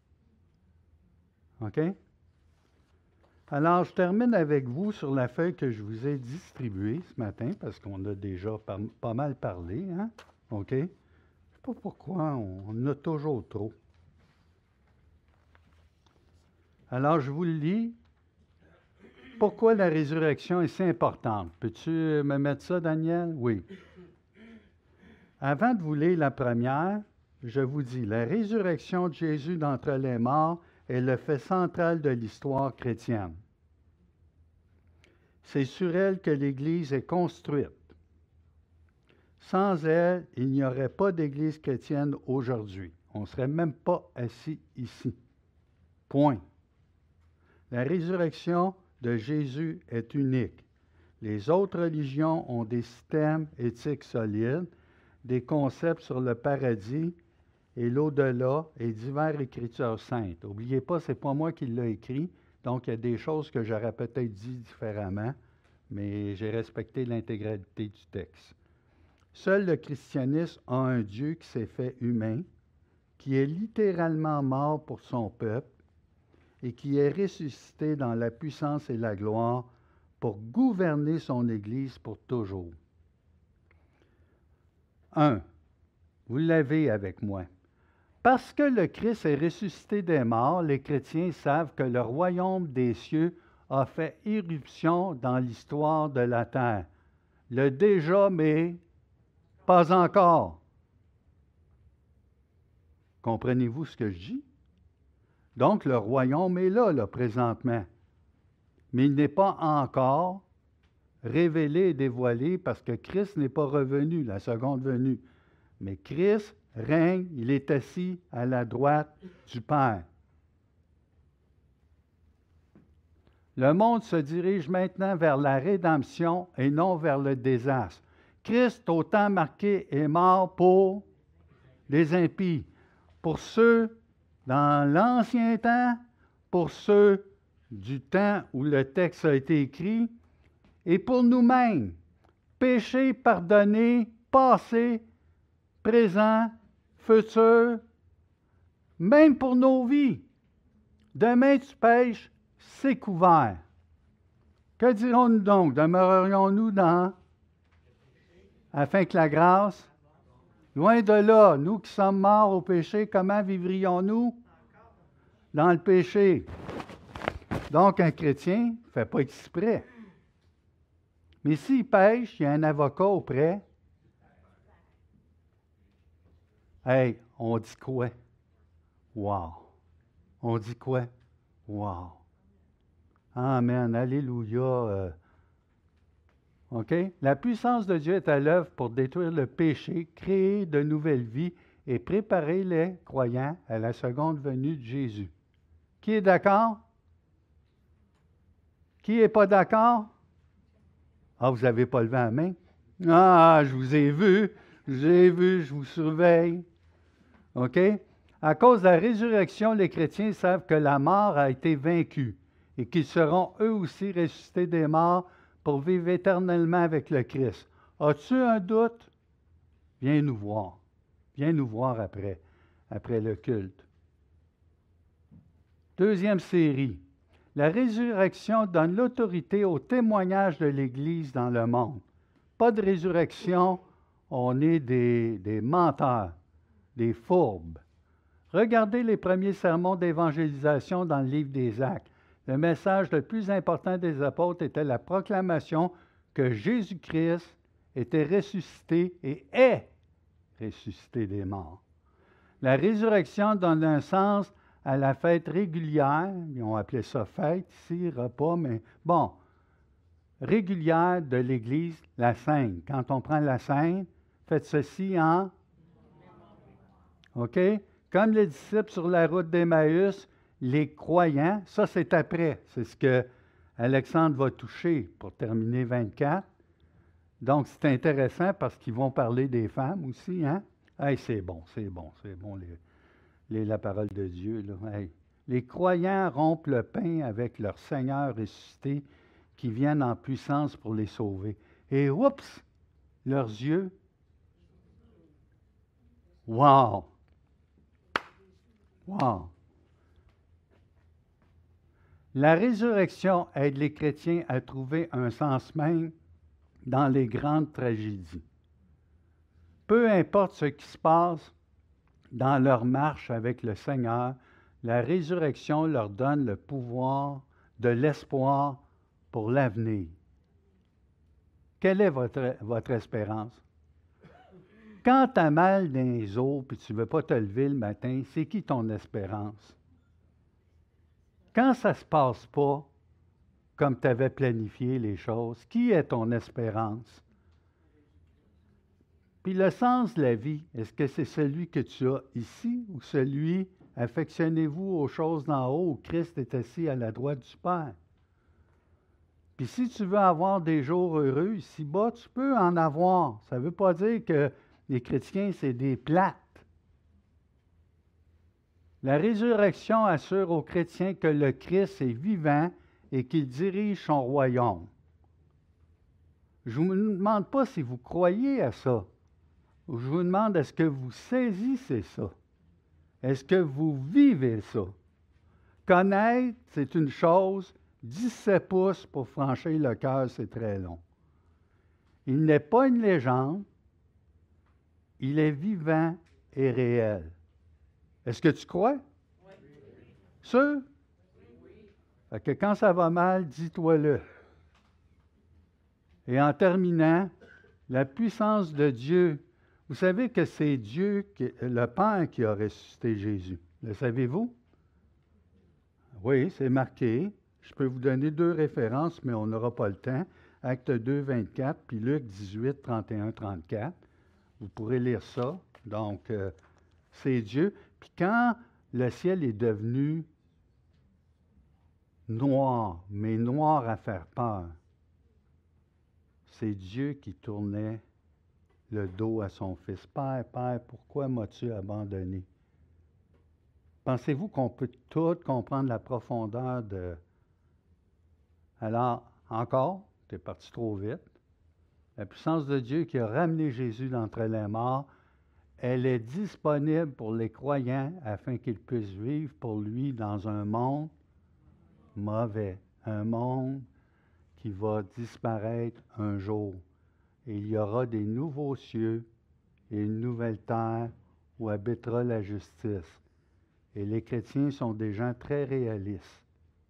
OK? Alors, je termine avec vous sur la feuille que je vous ai distribuée ce matin, parce qu'on a déjà par, pas mal parlé, hein? OK? Je ne sais pas pourquoi, on, on en a toujours trop. Alors, je vous le lis. Pourquoi la résurrection est si importante? Peux-tu me mettre ça, Daniel? Oui. Avant de vous lire la première, je vous dis, la résurrection de Jésus d'entre les morts est le fait central de l'histoire chrétienne. C'est sur elle que l'Église est construite. Sans elle, il n'y aurait pas d'Église chrétienne aujourd'hui. On ne serait même pas assis ici. Point. La résurrection de Jésus est unique. Les autres religions ont des systèmes éthiques solides, des concepts sur le paradis et l'au-delà et diverses écritures saintes. N'oubliez pas, ce n'est pas moi qui l'ai écrit, donc il y a des choses que j'aurais peut-être dit différemment, mais j'ai respecté l'intégralité du texte. Seul le christianisme a un Dieu qui s'est fait humain, qui est littéralement mort pour son peuple et qui est ressuscité dans la puissance et la gloire pour gouverner son Église pour toujours. un. Vous l'avez avec moi. Parce que le Christ est ressuscité des morts, les chrétiens savent que le royaume des cieux a fait irruption dans l'histoire de la terre. Le déjà, mais pas encore. Comprenez-vous ce que je dis? Donc, le royaume est là, là, présentement. Mais il n'est pas encore révélé et dévoilé parce que Christ n'est pas revenu, la seconde venue. Mais Christ règne, il est assis à la droite du Père. Le monde se dirige maintenant vers la rédemption et non vers le désastre. Christ, au temps marqué, est mort pour les impies, pour ceux dans l'ancien temps, pour ceux du temps où le texte a été écrit, et pour nous-mêmes, péché pardonné, passé, présent, futur, même pour nos vies. Demain tu pêches, c'est couvert. Que dirons-nous donc? Demeurerions-nous dans, afin que la grâce, loin de là, nous qui sommes morts au péché, comment vivrions-nous? Dans le péché. Donc, un chrétien ne fait pas exprès. Mais s'il pêche, il y a un avocat auprès. Hey, on dit quoi? Wow! On dit quoi? Wow! Amen, alléluia. Euh, OK? La puissance de Dieu est à l'œuvre pour détruire le péché, créer de nouvelles vies et préparer les croyants à la seconde venue de Jésus. Qui est d'accord? Qui n'est pas d'accord? Ah, vous n'avez pas levé la main? Ah, je vous ai vu, je vous ai vu, je vous surveille. OK? À cause de la résurrection, les chrétiens savent que la mort a été vaincue et qu'ils seront eux aussi ressuscités des morts pour vivre éternellement avec le Christ. As-tu un doute? Viens nous voir. Viens nous voir après, après le culte. Deuxième série. La résurrection donne l'autorité au témoignage de l'Église dans le monde. Pas de résurrection, on est des, des menteurs, des fourbes. Regardez les premiers sermons d'évangélisation dans le livre des Actes. Le message le plus important des apôtres était la proclamation que Jésus-Christ était ressuscité et est ressuscité des morts. La résurrection donne un sens à la fête régulière, ils ont appelé ça fête ici, repas, mais bon, régulière de l'Église, la Sainte. Quand on prend la Sainte, faites ceci en... OK? Comme les disciples sur la route d'Emmaüs, les croyants, ça c'est après, c'est ce que Alexandre va toucher pour terminer vingt-quatre. Donc c'est intéressant parce qu'ils vont parler des femmes aussi, hein? Hey, c'est bon, c'est bon, c'est bon, les, les, la parole de Dieu, là. Hey. Les croyants rompent le pain avec leur Seigneur ressuscité qui viennent en puissance pour les sauver. Et oups, leurs yeux, wow! Wow! La résurrection aide les chrétiens à trouver un sens même dans les grandes tragédies. Peu importe ce qui se passe dans leur marche avec le Seigneur, la résurrection leur donne le pouvoir de l'espoir pour l'avenir. Quelle est votre, votre espérance? Quand tu as mal dans les os et tu ne veux pas te lever le matin, c'est qui ton espérance? Quand ça ne se passe pas comme tu avais planifié les choses, qui est ton espérance? Puis le sens de la vie, est-ce que c'est celui que tu as ici ou celui, affectionnez-vous aux choses d'en haut où Christ est assis à la droite du Père? Puis si tu veux avoir des jours heureux ici-bas, tu peux en avoir. Ça ne veut pas dire que les chrétiens, c'est des plates. La résurrection assure aux chrétiens que le Christ est vivant et qu'il dirige son royaume. Je ne vous demande pas si vous croyez à ça. Je vous demande, est-ce que vous saisissez ça? Est-ce que vous vivez ça? Connaître, c'est une chose. dix-sept pouces pour franchir le cœur, c'est très long. Il n'est pas une légende. Il est vivant et réel. Est-ce que tu crois? Oui. Sûr? Oui. Fait que quand ça va mal, dis-toi-le. Et en terminant, la puissance de Dieu. Vous savez que c'est Dieu, qui, le Père, qui a ressuscité Jésus. Le savez-vous? Oui, c'est marqué. Je peux vous donner deux références, mais on n'aura pas le temps. Acte deux, vingt-quatre, puis Luc dix-huit, trente et un, trente-quatre. Vous pourrez lire ça. Donc, euh, c'est Dieu. Puis quand le ciel est devenu noir, mais noir à faire peur, c'est Dieu qui tournait le dos à son fils. Père, Père, pourquoi m'as-tu abandonné? Pensez-vous qu'on peut tout comprendre la profondeur de... Alors, encore, tu es parti trop vite. La puissance de Dieu qui a ramené Jésus d'entre les morts, elle est disponible pour les croyants afin qu'ils puissent vivre pour lui dans un monde mauvais, un monde qui va disparaître un jour. Et il y aura des nouveaux cieux et une nouvelle terre où habitera la justice. Et les chrétiens sont des gens très réalistes.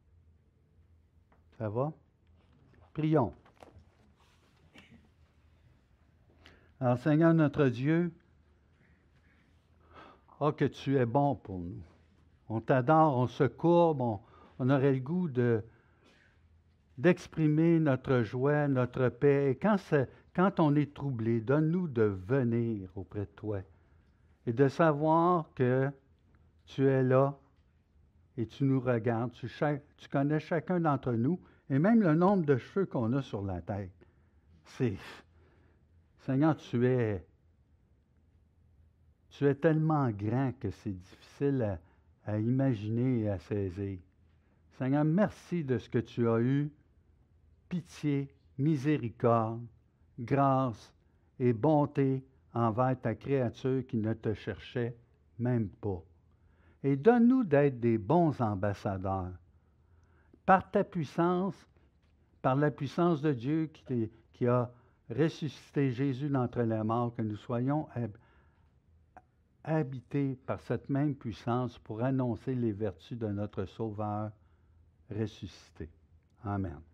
Ça va? Prions. Alors, Seigneur notre Dieu, oh, que tu es bon pour nous. On t'adore, on se courbe, on, on aurait le goût de, d'exprimer notre joie, notre paix. Et quand, quand on est troublé, donne-nous de venir auprès de toi et de savoir que tu es là et tu nous regardes. Tu, tu connais chacun d'entre nous et même le nombre de cheveux qu'on a sur la tête. C'est... Seigneur, tu es, tu es tellement grand que c'est difficile à, à imaginer et à saisir. Seigneur, merci de ce que tu as eu, pitié, miséricorde, grâce et bonté envers ta créature qui ne te cherchait même pas. Et donne-nous d'être des bons ambassadeurs. Par ta puissance, par la puissance de Dieu qui, qui a ressuscité Jésus d'entre les morts, que nous soyons hab- habités par cette même puissance pour annoncer les vertus de notre Sauveur ressuscité. Amen.